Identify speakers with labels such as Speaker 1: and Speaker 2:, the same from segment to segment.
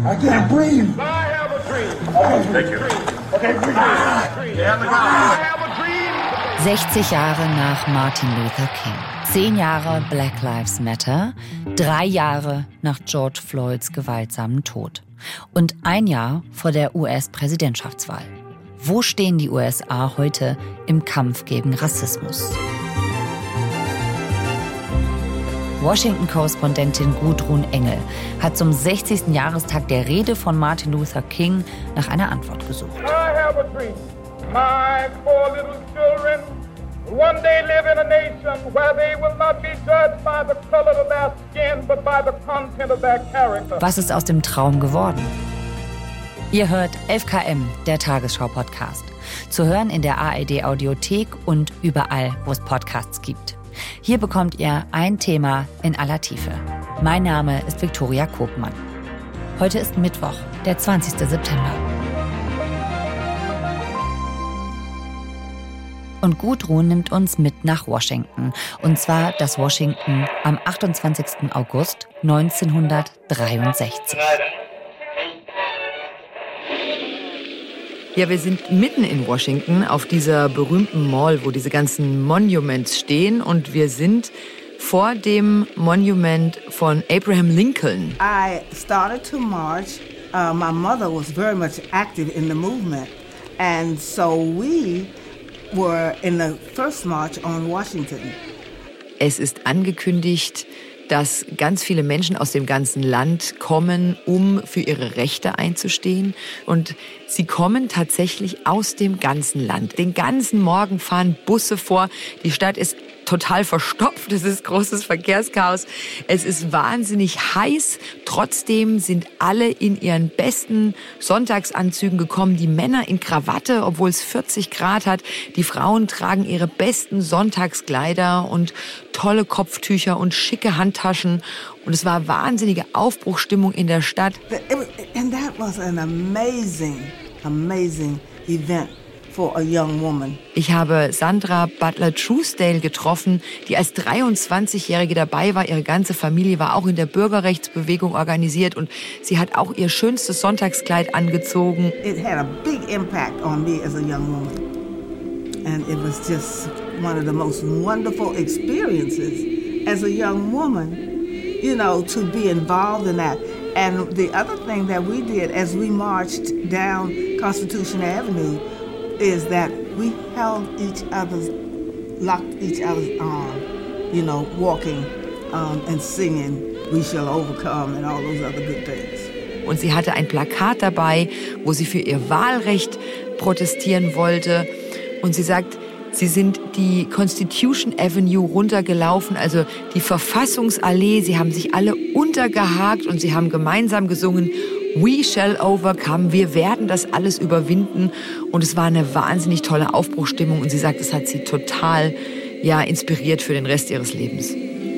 Speaker 1: I can't breathe.
Speaker 2: I have a dream.
Speaker 1: Okay,
Speaker 2: thank you.
Speaker 1: Okay, breathe.
Speaker 2: I have a dream.
Speaker 3: 60 Jahre nach Martin Luther King, 10 Jahre Black Lives Matter, 3 Jahre nach George Floyds gewaltsamen Tod und 1 Jahr vor der US-Präsidentschaftswahl. Wo stehen die USA heute im Kampf gegen Rassismus? Washington-Korrespondentin Gudrun Engel hat zum 60. Jahrestag der Rede von Martin Luther King nach einer Antwort gesucht.
Speaker 2: I have a dream. My 4 little children will one day live in a nation where they will not be judged by the color of their skin, but by the content of their character.
Speaker 3: Was ist aus dem Traum geworden? Ihr hört 11KM, der Tagesschau-Podcast. Zu hören in der ARD-Audiothek und überall, wo es Podcasts gibt. Hier bekommt ihr ein Thema in aller Tiefe. Mein Name ist Viktoria Kopmann. Heute ist Mittwoch, der 20. September. Und Gudrun nimmt uns mit nach Washington. Und zwar das Washington am 28. August 1963.
Speaker 4: Ja, wir sind mitten in Washington auf dieser berühmten Mall, wo diese ganzen Monuments stehen. Und wir sind vor dem Monument von Abraham Lincoln.
Speaker 5: I started to march. My mother was very much active in the movement. And so we were in the first march on Washington.
Speaker 4: Es ist angekündigt, dass ganz viele Menschen aus dem ganzen Land kommen, um für ihre Rechte einzustehen. Und sie kommen tatsächlich aus dem ganzen Land. Den ganzen Morgen fahren Busse vor. Die Stadt ist total verstopft. Es ist großes Verkehrschaos. Es ist wahnsinnig heiß. Trotzdem sind alle in ihren besten Sonntagsanzügen gekommen. Die Männer in Krawatte, obwohl es 40 Grad hat. Die Frauen tragen ihre besten Sonntagskleider und tolle Kopftücher und schicke Handtaschen. Und es war wahnsinnige Aufbruchsstimmung in der Stadt.
Speaker 5: And that was an amazing event for a young woman.
Speaker 4: Ich habe Sandra Butler Truesdale getroffen, die als 23-Jährige dabei war. Ihre ganze Familie war auch in der Bürgerrechtsbewegung organisiert und sie hat auch ihr schönstes Sonntagskleid angezogen.
Speaker 5: It had a big impact on me as a young woman. And it was just one of the most wonderful experiences as a young woman, you know, to be involved in that. And the other thing that we did as we marched down Constitution Avenue is that we held each other's, locked each other's arm, you know, walking and singing, "We shall overcome" and all those other good things.
Speaker 4: Und sie hatte ein Plakat dabei, wo sie für ihr Wahlrecht protestieren wollte. Und sie sagt, sie sind die Constitution Avenue runtergelaufen, also die Verfassungsallee. Sie haben sich alle untergehakt und sie haben gemeinsam gesungen, "We shall overcome", wir werden das alles überwinden. Und es war eine wahnsinnig tolle Aufbruchsstimmung. Und sie sagt, es hat sie total inspiriert für den Rest ihres Lebens.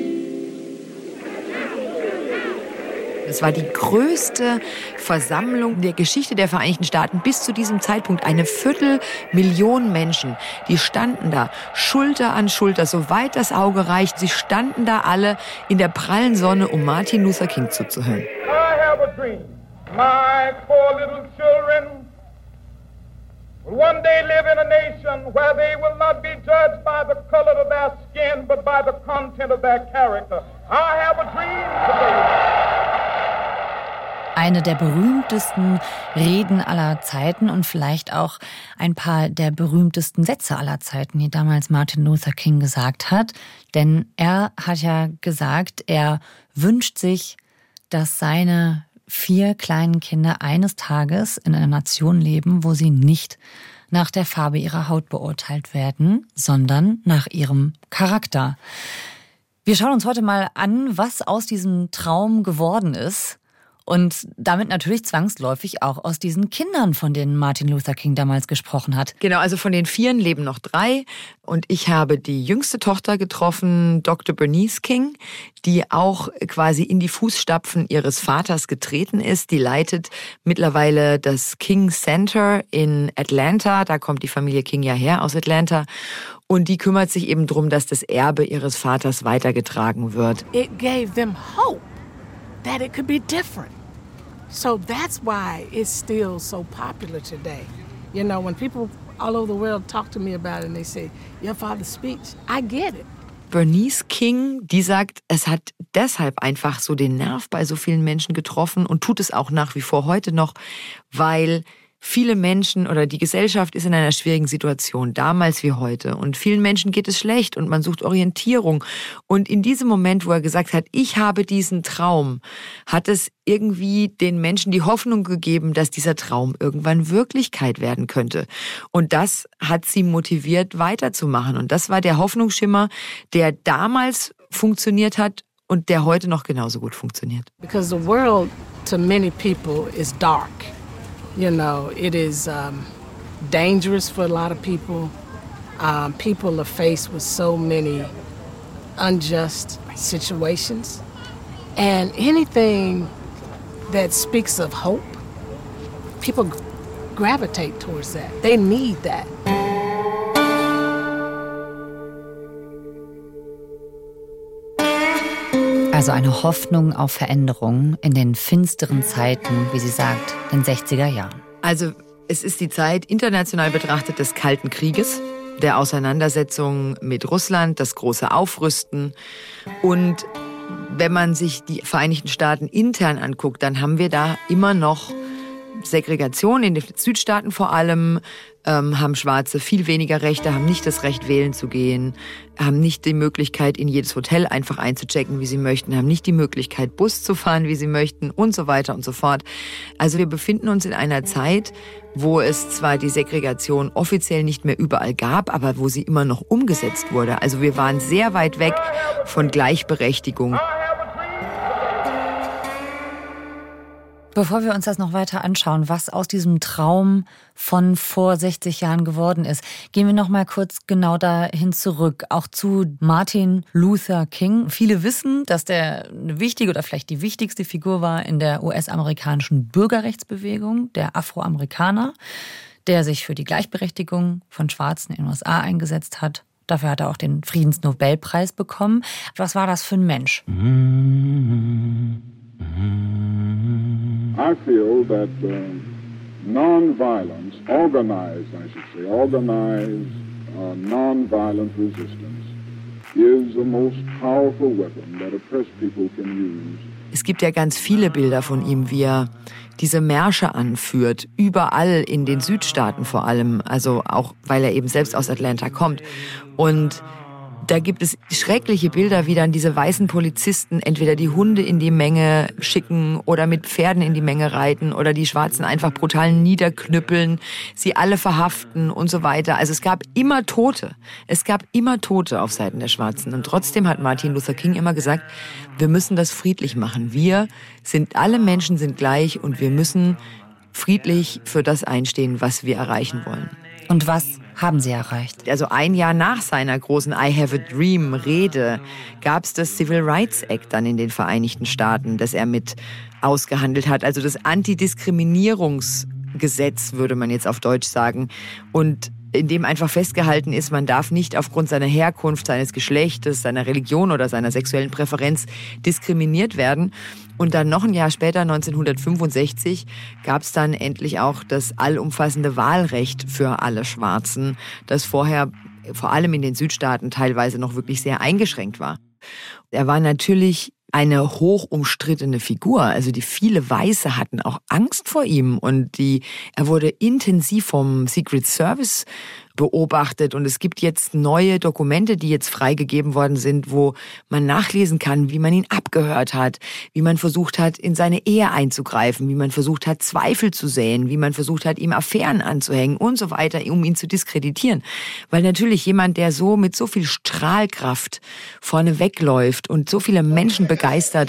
Speaker 4: Es war die größte Versammlung der Geschichte der Vereinigten Staaten bis zu diesem Zeitpunkt. 250.000 Menschen, die standen da Schulter an Schulter, soweit das Auge reicht. Sie standen da alle in der prallen Sonne, um Martin Luther King zuzuhören.
Speaker 2: I have a dream. My 4 little children will one day live in a nation where they will not be judged by the color of their skin, but by the content of their character. I have a dream today.
Speaker 3: Eine der berühmtesten Reden aller Zeiten und vielleicht auch ein paar der berühmtesten Sätze aller Zeiten, die damals Martin Luther King gesagt hat. Denn er hat ja gesagt, er wünscht sich, dass seine 4 kleinen Kinder eines Tages in einer Nation leben, wo sie nicht nach der Farbe ihrer Haut beurteilt werden, sondern nach ihrem Charakter. Wir schauen uns heute mal an, was aus diesem Traum geworden ist. Und damit natürlich zwangsläufig auch aus diesen Kindern, von denen Martin Luther King damals gesprochen hat.
Speaker 4: Genau, also von den 4 leben noch 3. Und ich habe die jüngste Tochter getroffen, Dr. Bernice King, die auch quasi in die Fußstapfen ihres Vaters getreten ist. Die leitet mittlerweile das King Center in Atlanta. Da kommt die Familie King ja her, aus Atlanta. Und die kümmert sich eben darum, dass das Erbe ihres Vaters weitergetragen wird.
Speaker 6: It gave them hope that it could be different.
Speaker 1: So that's why it's still so popular today. You know, when people all over the world talk to me about it and they say, your father's speech, I get it.
Speaker 4: Bernice King, die sagt, es hat deshalb einfach so den Nerv bei so vielen Menschen getroffen und tut es auch nach wie vor heute noch, weil viele Menschen oder die Gesellschaft ist in einer schwierigen Situation, damals wie heute. Und vielen Menschen geht es schlecht und man sucht Orientierung. Und in diesem Moment, wo er gesagt hat, ich habe diesen Traum, hat es irgendwie den Menschen die Hoffnung gegeben, dass dieser Traum irgendwann Wirklichkeit werden könnte. Und das hat sie motiviert, weiterzumachen. Und das war der Hoffnungsschimmer, der damals funktioniert hat und der heute noch genauso gut funktioniert.
Speaker 1: Because the world to many people is dark. You know, it is dangerous for a lot of people. People are faced with so many unjust situations. And anything that speaks of hope, people gravitate towards that. They need that.
Speaker 3: Also eine Hoffnung auf Veränderung in den finsteren Zeiten, wie sie sagt, den 60er Jahren.
Speaker 4: Also es ist die Zeit international betrachtet des Kalten Krieges, der Auseinandersetzung mit Russland, das große Aufrüsten. Und wenn man sich die Vereinigten Staaten intern anguckt, dann haben wir da immer noch Segregation in den Südstaaten vor allem, haben Schwarze viel weniger Rechte, haben nicht das Recht, wählen zu gehen, haben nicht die Möglichkeit, in jedes Hotel einfach einzuchecken, wie sie möchten, haben nicht die Möglichkeit, Bus zu fahren, wie sie möchten und so weiter und so fort. Also wir befinden uns in einer Zeit, wo es zwar die Segregation offiziell nicht mehr überall gab, aber wo sie immer noch umgesetzt wurde. Also wir waren sehr weit weg von Gleichberechtigung.
Speaker 3: Bevor wir uns das noch weiter anschauen, was aus diesem Traum von vor 60 Jahren geworden ist, gehen wir noch mal kurz genau dahin zurück, auch zu Martin Luther King. Viele wissen, dass der eine wichtige oder vielleicht die wichtigste Figur war in der US-amerikanischen Bürgerrechtsbewegung, der Afroamerikaner, der sich für die Gleichberechtigung von Schwarzen in den USA eingesetzt hat. Dafür hat er auch den Friedensnobelpreis bekommen. Was war das für ein Mensch?
Speaker 6: I feel that non-violence, organized non-violent resistance is the most powerful weapon that oppressed people can use.
Speaker 4: Es gibt ja ganz viele Bilder von ihm, wie er diese Märsche anführt, überall in den Südstaaten vor allem, also auch, weil er eben selbst aus Atlanta kommt. Und da gibt es schreckliche Bilder, wie dann diese weißen Polizisten entweder die Hunde in die Menge schicken oder mit Pferden in die Menge reiten oder die Schwarzen einfach brutal niederknüppeln, sie alle verhaften und so weiter. Also es gab immer Tote. Es gab immer Tote auf Seiten der Schwarzen. Und trotzdem hat Martin Luther King immer gesagt, wir müssen das friedlich machen. Alle Menschen sind gleich und wir müssen friedlich für das einstehen, was wir erreichen wollen.
Speaker 3: Und was haben sie erreicht?
Speaker 4: Also ein Jahr nach seiner großen I Have a Dream Rede gab es das Civil Rights Act dann in den Vereinigten Staaten, das er mit ausgehandelt hat. Also das Antidiskriminierungsgesetz, würde man jetzt auf Deutsch sagen. Und in dem einfach festgehalten ist, man darf nicht aufgrund seiner Herkunft, seines Geschlechtes, seiner Religion oder seiner sexuellen Präferenz diskriminiert werden. Und dann noch ein Jahr später, 1965, gab es dann endlich auch das allumfassende Wahlrecht für alle Schwarzen, das vorher vor allem in den Südstaaten teilweise noch wirklich sehr eingeschränkt war. Er war natürlich eine hoch umstrittene Figur. Also die viele Weiße hatten auch Angst vor ihm und er wurde intensiv vom Secret Service beobachtet und es gibt jetzt neue Dokumente, die jetzt freigegeben worden sind, wo man nachlesen kann, wie man ihn abgehört hat, wie man versucht hat, in seine Ehe einzugreifen, wie man versucht hat, Zweifel zu säen, wie man versucht hat, ihm Affären anzuhängen und so weiter, um ihn zu diskreditieren. Weil natürlich jemand, der so mit so viel Strahlkraft vorne wegläuft und so viele Menschen begeistert,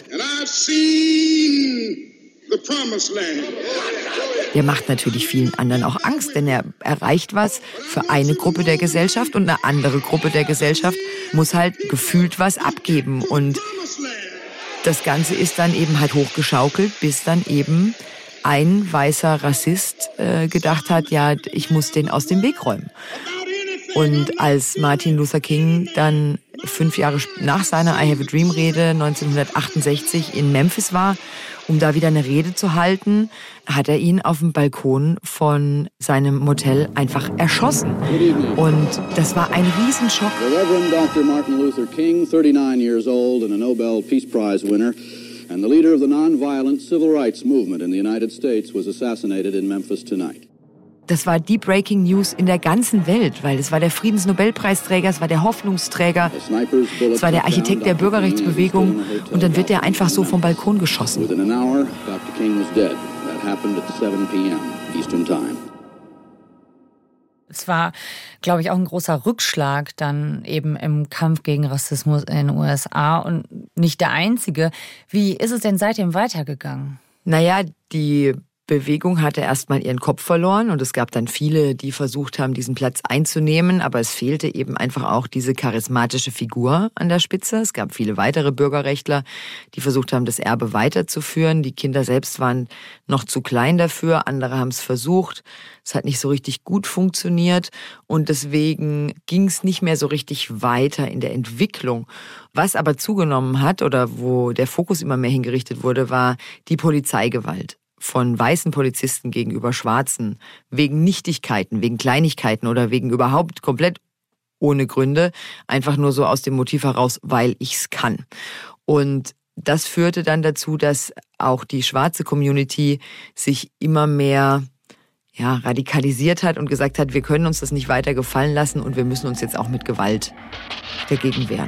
Speaker 4: der macht natürlich vielen anderen auch Angst, denn er erreicht was für eine Gruppe der Gesellschaft und eine andere Gruppe der Gesellschaft muss halt gefühlt was abgeben. Und das Ganze ist dann eben halt hochgeschaukelt, bis dann eben ein weißer Rassist gedacht hat, ja, ich muss den aus dem Weg räumen. Und als Martin Luther King dann 5 Jahre nach seiner I Have a Dream-Rede 1968 in Memphis war, um da wieder eine Rede zu halten, hat er ihn auf dem Balkon von seinem Motel einfach erschossen. Und das war ein Riesenschock.
Speaker 7: The Reverend Dr. Martin Luther King, 39 years old and a Nobel Peace Prize winner, and the leader of the nonviolent civil rights movement in the United States, was assassinated in Memphis tonight.
Speaker 4: Das war die Breaking News in der ganzen Welt, weil es war der Friedensnobelpreisträger, es war der Hoffnungsträger, es war der Architekt der Bürgerrechtsbewegung und dann wird er einfach so vom Balkon geschossen.
Speaker 7: Within an hour, Dr. King was dead. That happened at 7 p.m. Eastern Time.
Speaker 3: Es war, glaube ich, auch ein großer Rückschlag dann eben im Kampf gegen Rassismus in den USA und nicht der einzige. Wie ist es denn seitdem weitergegangen?
Speaker 4: Naja, die Bewegung hatte erstmal ihren Kopf verloren und es gab dann viele, die versucht haben, diesen Platz einzunehmen, aber es fehlte eben einfach auch diese charismatische Figur an der Spitze. Es gab viele weitere Bürgerrechtler, die versucht haben, das Erbe weiterzuführen. Die Kinder selbst waren noch zu klein dafür, andere haben es versucht. Es hat nicht so richtig gut funktioniert und deswegen ging es nicht mehr so richtig weiter in der Entwicklung. Was aber zugenommen hat oder wo der Fokus immer mehr hingerichtet wurde, war die Polizeigewalt von weißen Polizisten gegenüber Schwarzen, wegen Nichtigkeiten, wegen Kleinigkeiten oder wegen überhaupt komplett ohne Gründe, einfach nur so aus dem Motiv heraus, weil ich's kann. Und das führte dann dazu, dass auch die schwarze Community sich immer mehr radikalisiert hat und gesagt hat, wir können uns das nicht weiter gefallen lassen und wir müssen uns jetzt auch mit Gewalt dagegen wehren.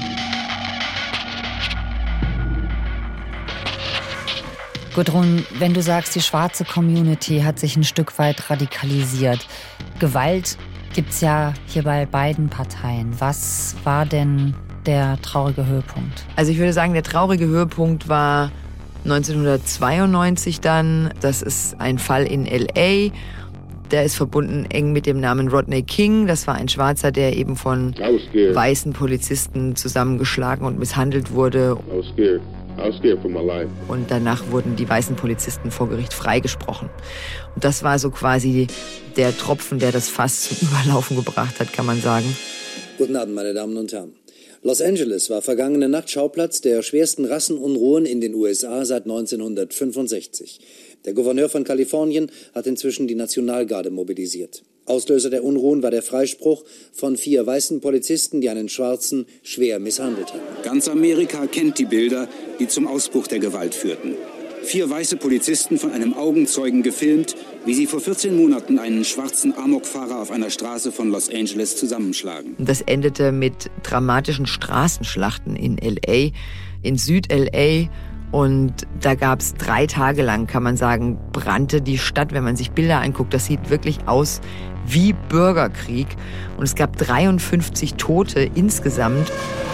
Speaker 3: Gudrun, wenn du sagst, die schwarze Community hat sich ein Stück weit radikalisiert. Gewalt gibt's ja hier bei beiden Parteien. Was war denn der traurige Höhepunkt?
Speaker 4: Also ich würde sagen, der traurige Höhepunkt war 1992 dann. Das ist ein Fall in L.A., der ist verbunden eng mit dem Namen Rodney King. Das war ein Schwarzer, der eben von weißen Polizisten zusammengeschlagen und misshandelt wurde. Und danach wurden die weißen Polizisten vor Gericht freigesprochen. Und das war so quasi der Tropfen, der das Fass zum Überlaufen gebracht hat, kann man sagen.
Speaker 8: Guten Abend, meine Damen und Herren. Los Angeles war vergangene Nacht Schauplatz der schwersten Rassenunruhen in den USA seit 1965. Der Gouverneur von Kalifornien hat inzwischen die Nationalgarde mobilisiert. Auslöser der Unruhen war der Freispruch von 4 weißen Polizisten, die einen Schwarzen schwer misshandelt hatten.
Speaker 9: Ganz Amerika kennt die Bilder, die zum Ausbruch der Gewalt führten. 4 weiße Polizisten von einem Augenzeugen gefilmt, wie sie vor 14 Monaten einen schwarzen Amokfahrer auf einer Straße von Los Angeles zusammenschlagen.
Speaker 4: Das endete mit dramatischen Straßenschlachten in L.A., in Süd-L.A., und da gab es 3 Tage lang, kann man sagen, brannte die Stadt. Wenn man sich Bilder anguckt, das sieht wirklich aus wie Bürgerkrieg. Und es gab 53 Tote insgesamt.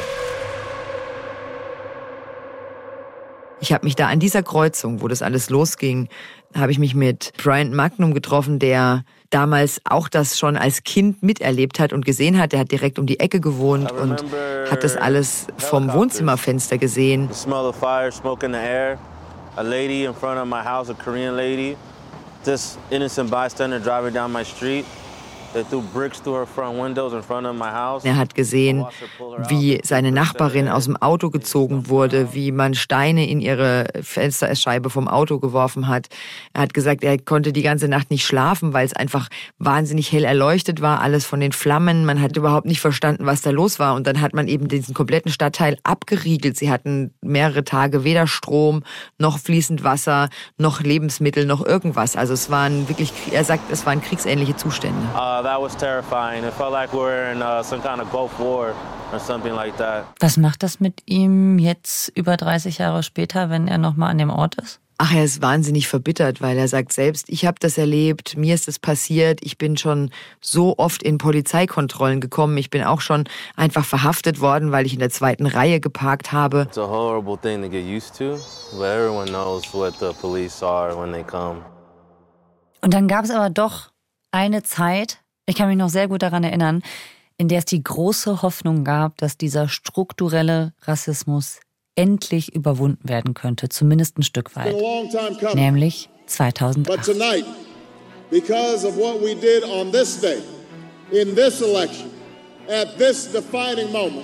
Speaker 4: Ich habe mich da an dieser Kreuzung, wo das alles losging, habe ich mich mit Bryant Magnum getroffen, der damals auch das schon als Kind miterlebt hat und gesehen hat. Der hat direkt um die Ecke gewohnt und hat das alles vom Wohnzimmerfenster gesehen.
Speaker 10: The smell of fire, smoke in the air. A lady in front of my house, a Korean lady. This innocent bystander driving down my street. They threw bricks through her front windows in front of my house.
Speaker 4: Er hat gesehen, wie seine Nachbarin aus dem Auto gezogen wurde, wie man Steine in ihre Fensterscheibe vom Auto geworfen hat. Er hat gesagt, er konnte die ganze Nacht nicht schlafen, weil es einfach wahnsinnig hell erleuchtet war, alles von den Flammen. Man hat überhaupt nicht verstanden, was da los war. Und dann hat man eben diesen kompletten Stadtteil abgeriegelt. Sie hatten mehrere Tage weder Strom, noch fließend Wasser, noch Lebensmittel, noch irgendwas. Also es waren wirklich, er sagt, es waren kriegsähnliche Zustände.
Speaker 10: That was terrifying. It felt like we were in some kind of Gulf War or something like that.
Speaker 3: Was macht das mit ihm jetzt über 30 Jahre später, wenn er nochmal an dem Ort ist?
Speaker 4: Ach, er ist wahnsinnig verbittert, weil er sagt selbst, ich habe das erlebt, mir ist das passiert, ich bin schon so oft in Polizeikontrollen gekommen, ich bin auch schon einfach verhaftet worden, weil ich in der 2. Reihe geparkt habe.
Speaker 10: It's a horrible thing to get used to, but everyone knows what the police are when they come.
Speaker 3: Und dann gab es aber doch eine Zeit, ich kann mich noch sehr gut daran erinnern, in der es die große Hoffnung gab, dass dieser strukturelle Rassismus endlich überwunden werden könnte, zumindest ein Stück weit, nämlich 2008.
Speaker 11: But tonight, because of what we did on this day, in this election, at this defining moment,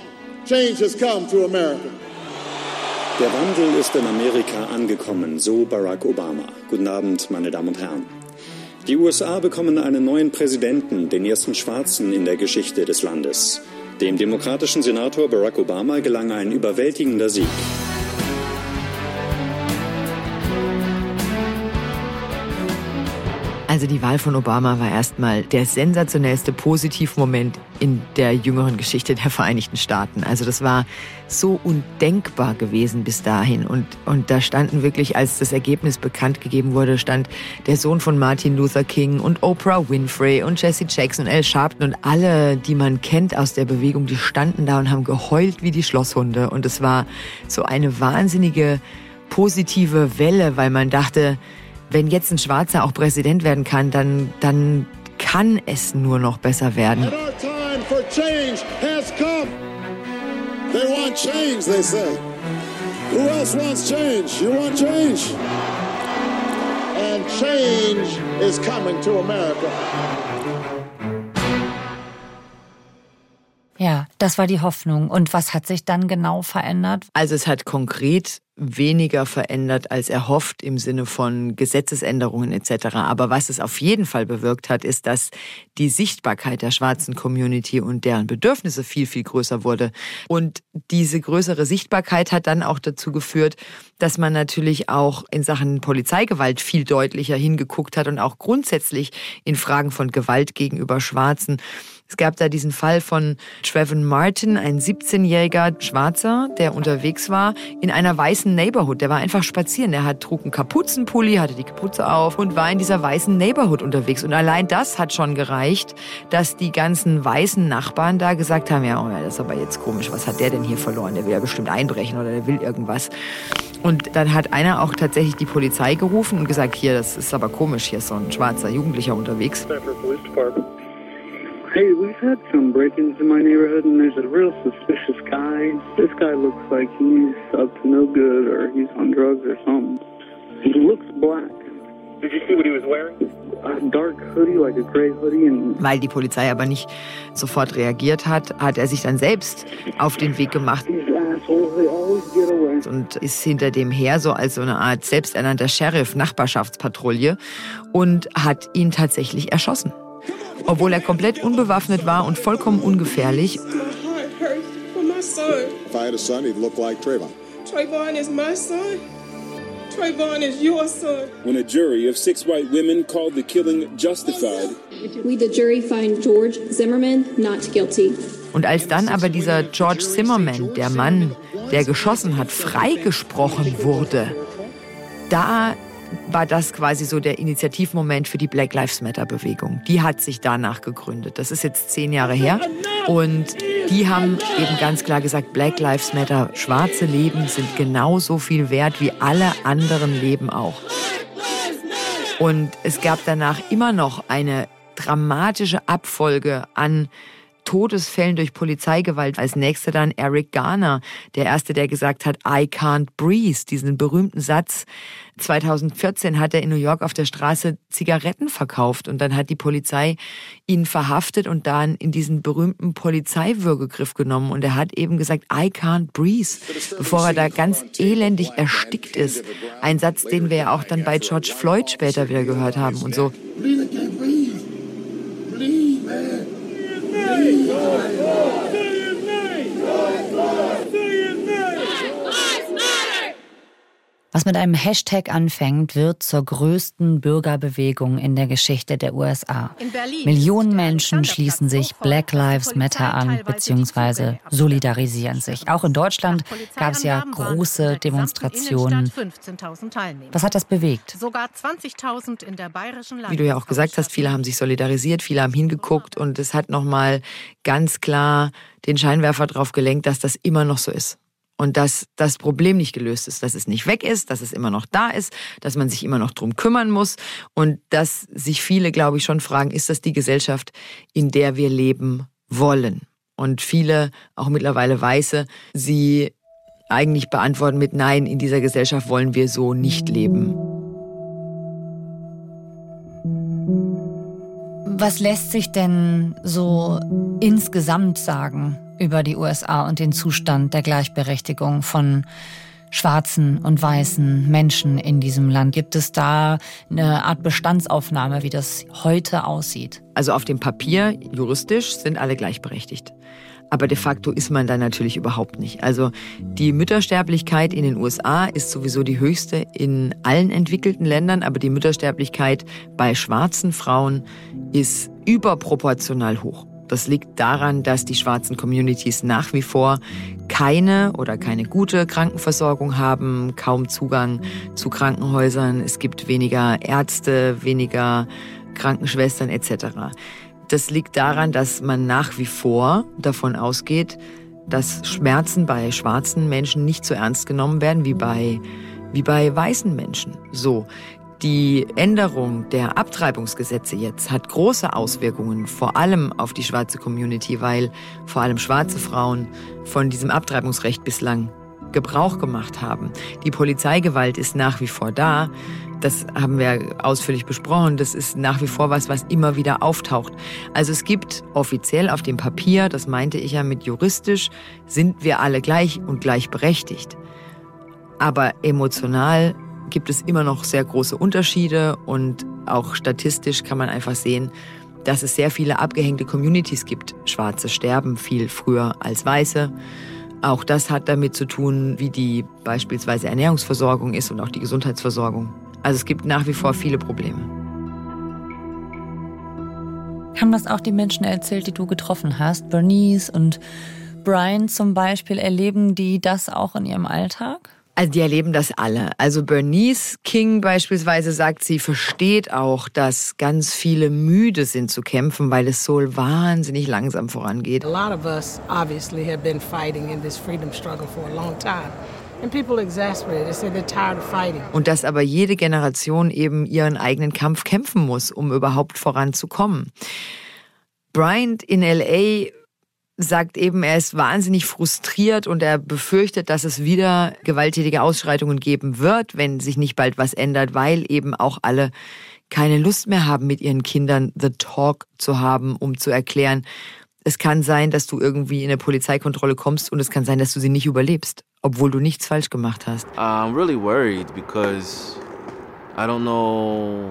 Speaker 11: change has come to America.
Speaker 12: Der Wandel ist in Amerika angekommen, so Barack Obama. Guten Abend, meine Damen und Herren. Die USA bekommen einen neuen Präsidenten, den ersten Schwarzen in der Geschichte des Landes. Dem demokratischen Senator Barack Obama gelang ein überwältigender Sieg.
Speaker 4: Also die Wahl von Obama war erstmal der sensationellste Positivmoment in der jüngeren Geschichte der Vereinigten Staaten. Also das war so undenkbar gewesen bis dahin. Und da standen wirklich, als das Ergebnis bekannt gegeben wurde, stand der Sohn von Martin Luther King und Oprah Winfrey und Jesse Jackson und Al Sharpton und alle, die man kennt aus der Bewegung, die standen da und haben geheult wie die Schlosshunde. Und es war so eine wahnsinnige positive Welle, weil man dachte, wenn jetzt ein Schwarzer auch Präsident werden kann, dann kann es nur noch besser werden.
Speaker 11: And our time for change has come. They want change, they say. Who else wants change? You want change? And change is coming to America.
Speaker 3: Ja, das war die Hoffnung. Und was hat sich dann genau verändert?
Speaker 4: Also es hat konkret weniger verändert als erhofft im Sinne von Gesetzesänderungen etc. Aber was es auf jeden Fall bewirkt hat, ist, dass die Sichtbarkeit der schwarzen Community und deren Bedürfnisse viel, viel größer wurde. Und diese größere Sichtbarkeit hat dann auch dazu geführt, dass man natürlich auch in Sachen Polizeigewalt viel deutlicher hingeguckt hat und auch grundsätzlich in Fragen von Gewalt gegenüber Schwarzen. Es gab da diesen Fall von Trayvon Martin, ein 17-jähriger Schwarzer, der unterwegs war in einer weißen Neighborhood. Der war einfach spazieren. Der trug einen Kapuzenpulli, hatte die Kapuze auf und war in dieser weißen Neighborhood unterwegs. Und allein das hat schon gereicht, dass die ganzen weißen Nachbarn da gesagt haben, ja, das ist aber jetzt komisch, was hat der denn hier verloren? Der will ja bestimmt einbrechen oder der will irgendwas. Und dann hat einer auch tatsächlich die Polizei gerufen und gesagt, hier, das ist aber komisch, hier ist so ein schwarzer Jugendlicher unterwegs.
Speaker 13: Hey, we've had some break-ins in my neighborhood, and there's a real suspicious guy. This guy looks like he's up to no good, or he's on drugs or something. He looks black. Did you see what he was wearing? A dark hoodie, like a gray hoodie.
Speaker 4: Weil die Polizei aber nicht sofort reagiert hat, hat er sich dann selbst auf den Weg gemacht und ist hinter dem her, so als so eine Art selbsternannter Sheriff, Nachbarschaftspatrouille, und hat ihn tatsächlich erschossen. Obwohl er komplett unbewaffnet war und vollkommen ungefährlich.
Speaker 14: If I had a son, he'd look like Trayvon.
Speaker 15: Trayvon is my son. Trayvon is your son.
Speaker 6: When a jury of 6 white women called the killing justified.
Speaker 16: We, the jury, find George Zimmerman not guilty.
Speaker 4: Und als dann aber dieser George Zimmerman, der Mann, der geschossen hat, freigesprochen wurde, da war das quasi so der Initiativmoment für die Black Lives Matter Bewegung. Die hat sich danach gegründet. Das ist jetzt 10 Jahre her. Und die haben eben ganz klar gesagt, Black Lives Matter, schwarze Leben sind genauso viel wert wie alle anderen Leben auch. Und es gab danach immer noch eine dramatische Abfolge an Todesfällen durch Polizeigewalt. Als nächster dann Eric Garner, der Erste, der gesagt hat, I can't breathe, diesen berühmten Satz. 2014 hat er in New York auf der Straße Zigaretten verkauft und dann hat die Polizei ihn verhaftet und dann in diesen berühmten Polizeiwürgegriff genommen und er hat eben gesagt, I can't breathe, bevor er da ganz elendig erstickt ist. Ein Satz, den wir ja auch dann bei George Floyd später wieder gehört haben und so.
Speaker 3: Was mit einem Hashtag anfängt, wird zur größten Bürgerbewegung in der Geschichte der USA. Millionen Menschen schließen sich Black Lives Matter an bzw. solidarisieren sich. Auch in Deutschland gab es ja große Demonstrationen. Was hat das bewegt?
Speaker 4: Wie du ja auch gesagt hast, viele haben sich solidarisiert, viele haben hingeguckt und es hat nochmal ganz klar den Scheinwerfer drauf gelenkt, dass das immer noch so ist. Und dass das Problem nicht gelöst ist, dass es nicht weg ist, dass es immer noch da ist, dass man sich immer noch drum kümmern muss und dass sich viele, glaube ich, schon fragen, ist das die Gesellschaft, in der wir leben wollen? Und viele, auch mittlerweile Weiße, sie eigentlich beantworten mit Nein, in dieser Gesellschaft wollen wir so nicht leben.
Speaker 3: Was lässt sich denn so insgesamt sagen? über die USA und den Zustand der Gleichberechtigung von schwarzen und weißen Menschen in diesem Land. Gibt es da eine Art Bestandsaufnahme, wie das heute aussieht?
Speaker 4: Also auf dem Papier, juristisch, sind alle gleichberechtigt. Aber de facto ist man da natürlich überhaupt nicht. Also die Müttersterblichkeit in den USA ist sowieso die höchste in allen entwickelten Ländern, aber die Müttersterblichkeit bei schwarzen Frauen ist überproportional hoch. Das liegt daran, dass die schwarzen Communities nach wie vor keine gute Krankenversorgung haben, kaum Zugang zu Krankenhäusern. Es gibt weniger Ärzte, weniger Krankenschwestern etc. Das liegt daran, dass man nach wie vor davon ausgeht, dass Schmerzen bei schwarzen Menschen nicht so ernst genommen werden wie bei weißen Menschen. So. Die Änderung der Abtreibungsgesetze jetzt hat große Auswirkungen, vor allem auf die schwarze Community, weil vor allem schwarze Frauen von diesem Abtreibungsrecht bislang Gebrauch gemacht haben. Die Polizeigewalt ist nach wie vor da. Das haben wir ausführlich besprochen. Das ist nach wie vor was immer wieder auftaucht. Also es gibt offiziell auf dem Papier, das meinte ich ja mit juristisch, sind wir alle gleich und gleichberechtigt. Aber emotional gibt es immer noch sehr große Unterschiede und auch statistisch kann man einfach sehen, dass es sehr viele abgehängte Communities gibt. Schwarze sterben viel früher als Weiße. Auch das hat damit zu tun, wie die beispielsweise Ernährungsversorgung ist und auch die Gesundheitsversorgung. Also es gibt nach wie vor viele Probleme.
Speaker 3: Haben das auch die Menschen erzählt, die du getroffen hast? Bernice und Brian zum Beispiel, erleben die das auch in ihrem Alltag?
Speaker 4: Also die erleben das alle. Also Bernice King beispielsweise sagt, sie versteht auch, dass ganz viele müde sind zu kämpfen, weil es so wahnsinnig langsam vorangeht.
Speaker 1: A lot of us obviously have been fighting in this freedom struggle for a long time. And people exasperate. They say they're tired of fighting.
Speaker 4: Und dass aber jede Generation eben ihren eigenen Kampf kämpfen muss, um überhaupt voranzukommen. Bryant in L.A. sagt eben, er ist wahnsinnig frustriert und er befürchtet, dass es wieder gewalttätige Ausschreitungen geben wird, wenn sich nicht bald was ändert, weil eben auch alle keine Lust mehr haben, mit ihren Kindern the talk zu haben, um zu erklären, es kann sein, dass du irgendwie in eine Polizeikontrolle kommst und es kann sein, dass du sie nicht überlebst, obwohl du nichts falsch gemacht hast.
Speaker 10: I'm really worried because I don't know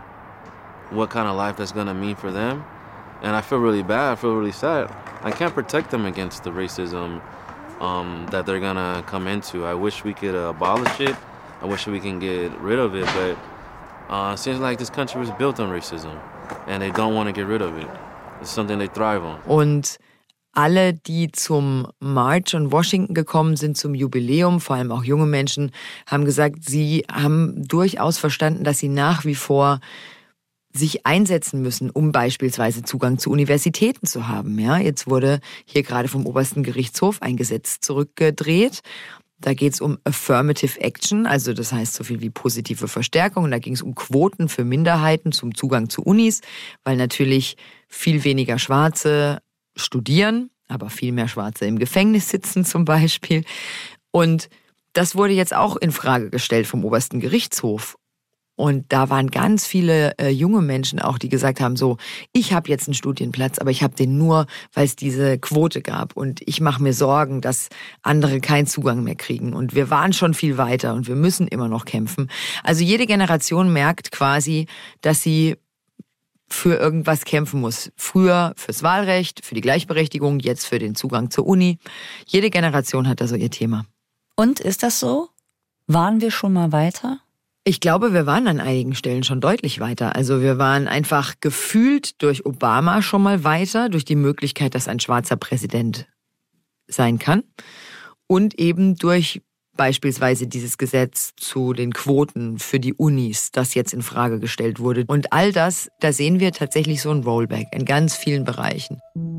Speaker 10: what kind of life that's gonna mean for them. And I feel really bad, I feel really sad. I can't protect them against the racism that they're gonna come into. I wish we could abolish it. I wish we can get rid of it, but it seems like this country was built on racism and they don't want to get rid of it. It's something they thrive on.
Speaker 4: Und alle, die zum March in Washington gekommen sind, zum Jubiläum, vor allem auch junge Menschen, haben gesagt, sie haben durchaus verstanden, dass sie nach wie vor sich einsetzen müssen, um beispielsweise Zugang zu Universitäten zu haben. Ja, jetzt wurde hier gerade vom obersten Gerichtshof ein Gesetz zurückgedreht. Da geht es um Affirmative Action, also das heißt so viel wie positive Verstärkung. Und da ging es um Quoten für Minderheiten zum Zugang zu Unis, weil natürlich viel weniger Schwarze studieren, aber viel mehr Schwarze im Gefängnis sitzen zum Beispiel. Und das wurde jetzt auch in Frage gestellt vom obersten Gerichtshof. Und da waren ganz viele junge Menschen auch, die gesagt haben, so, ich habe jetzt einen Studienplatz, aber ich habe den nur, weil es diese Quote gab. Und ich mache mir Sorgen, dass andere keinen Zugang mehr kriegen. Und wir waren schon viel weiter und wir müssen immer noch kämpfen. Also jede Generation merkt quasi, dass sie für irgendwas kämpfen muss. Früher fürs Wahlrecht, für die Gleichberechtigung, jetzt für den Zugang zur Uni. Jede Generation hat da so ihr Thema.
Speaker 3: Und ist das so? Waren wir schon mal weiter?
Speaker 4: Ich glaube, wir waren an einigen Stellen schon deutlich weiter. Also wir waren einfach gefühlt durch Obama schon mal weiter, durch die Möglichkeit, dass ein schwarzer Präsident sein kann. Und eben durch beispielsweise dieses Gesetz zu den Quoten für die Unis, das jetzt in Frage gestellt wurde. Und all das, da sehen wir tatsächlich so ein Rollback in ganz vielen Bereichen.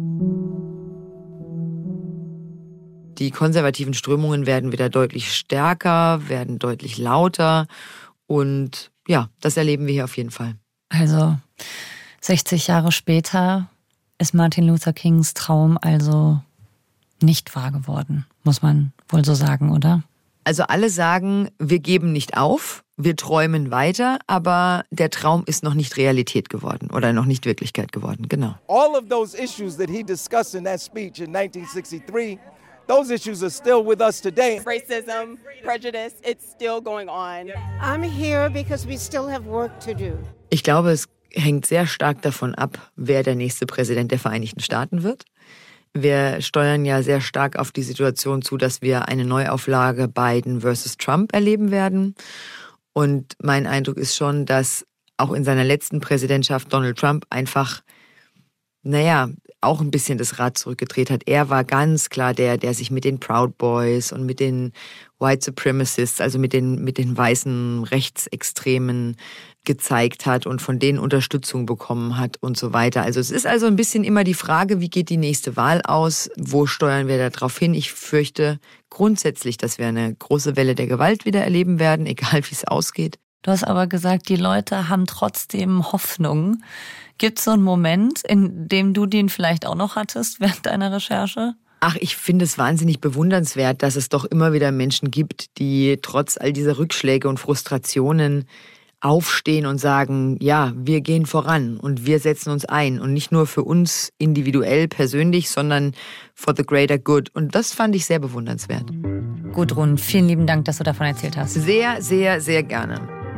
Speaker 4: Die konservativen Strömungen werden wieder deutlich stärker, werden deutlich lauter. Und ja, das erleben wir hier auf jeden Fall.
Speaker 3: Also 60 Jahre später ist Martin Luther Kings Traum also nicht wahr geworden, muss man wohl so sagen, oder?
Speaker 4: Also alle sagen, wir geben nicht auf, wir träumen weiter, aber der Traum ist noch nicht Realität geworden oder noch nicht Wirklichkeit geworden, genau.
Speaker 17: All of those issues that he discussed in that speech in 1963, those issues are still with us today.
Speaker 18: Racism, prejudice, it's still going on.
Speaker 19: I'm here because we still have work to do.
Speaker 4: Ich glaube, es hängt sehr stark davon ab, wer der nächste Präsident der Vereinigten Staaten wird. Wir steuern ja sehr stark auf die Situation zu, dass wir eine Neuauflage Biden versus Trump erleben werden. Und mein Eindruck ist schon, dass auch in seiner letzten Präsidentschaft Donald Trump einfach, auch ein bisschen das Rad zurückgedreht hat. Er war ganz klar der sich mit den Proud Boys und mit den White Supremacists, also mit den weißen Rechtsextremen gezeigt hat und von denen Unterstützung bekommen hat und so weiter. Also es ist also ein bisschen immer die Frage, wie geht die nächste Wahl aus? Wo steuern wir da drauf hin? Ich fürchte grundsätzlich, dass wir eine große Welle der Gewalt wieder erleben werden, egal wie es ausgeht.
Speaker 3: Du hast aber gesagt, die Leute haben trotzdem Hoffnung. Gibt es so einen Moment, in dem du den vielleicht auch noch hattest während deiner Recherche?
Speaker 4: Ach, ich finde es wahnsinnig bewundernswert, dass es doch immer wieder Menschen gibt, die trotz all dieser Rückschläge und Frustrationen aufstehen und sagen, ja, wir gehen voran und wir setzen uns ein. Und nicht nur für uns individuell, persönlich, sondern for the greater good. Und das fand ich sehr bewundernswert.
Speaker 3: Gudrun, vielen lieben Dank, dass du davon erzählt hast.
Speaker 4: Sehr, sehr, sehr gerne.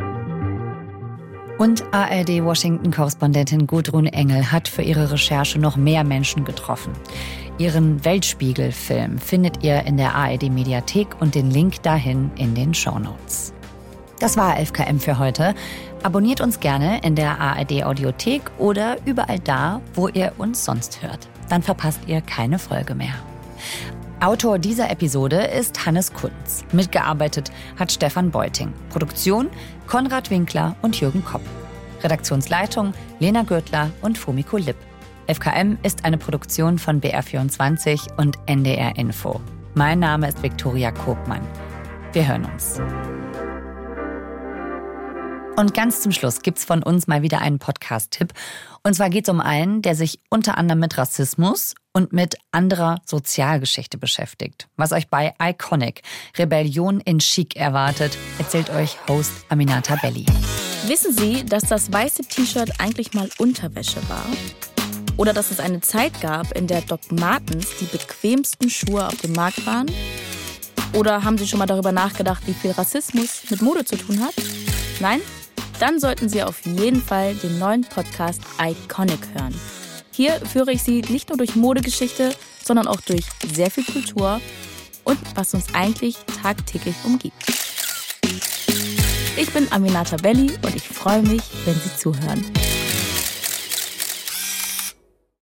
Speaker 3: Und ARD-Washington-Korrespondentin Gudrun Engel hat für ihre Recherche noch mehr Menschen getroffen. Ihren Weltspiegel-Film findet ihr in der ARD-Mediathek und den Link dahin in den Shownotes. Das war 11KM für heute. Abonniert uns gerne in der ARD-Audiothek oder überall da, wo ihr uns sonst hört. Dann verpasst ihr keine Folge mehr. Autor dieser Episode ist Hannes Kunz. Mitgearbeitet hat Stefan Beuting. Produktion Konrad Winkler und Jürgen Kopp. Redaktionsleitung Lena Gürtler und Fumiko Lipp. 11KM ist eine Produktion von BR24 und NDR Info. Mein Name ist Viktoria Kobmann. Wir hören uns. Und ganz zum Schluss gibt's von uns mal wieder einen Podcast-Tipp. Und zwar geht's um einen, der sich unter anderem mit Rassismus und mit anderer Sozialgeschichte beschäftigt. Was euch bei Iconic, Rebellion in Chic erwartet, erzählt euch Host Aminata Belli.
Speaker 20: Wissen Sie, dass das weiße T-Shirt eigentlich mal Unterwäsche war? Oder dass es eine Zeit gab, in der Doc Martens die bequemsten Schuhe auf dem Markt waren? Oder haben Sie schon mal darüber nachgedacht, wie viel Rassismus mit Mode zu tun hat? Nein? Dann sollten Sie auf jeden Fall den neuen Podcast Iconic hören. Hier führe ich Sie nicht nur durch Modegeschichte, sondern auch durch sehr viel Kultur und was uns eigentlich tagtäglich umgibt. Ich bin Aminata Belli und ich freue mich, wenn Sie zuhören.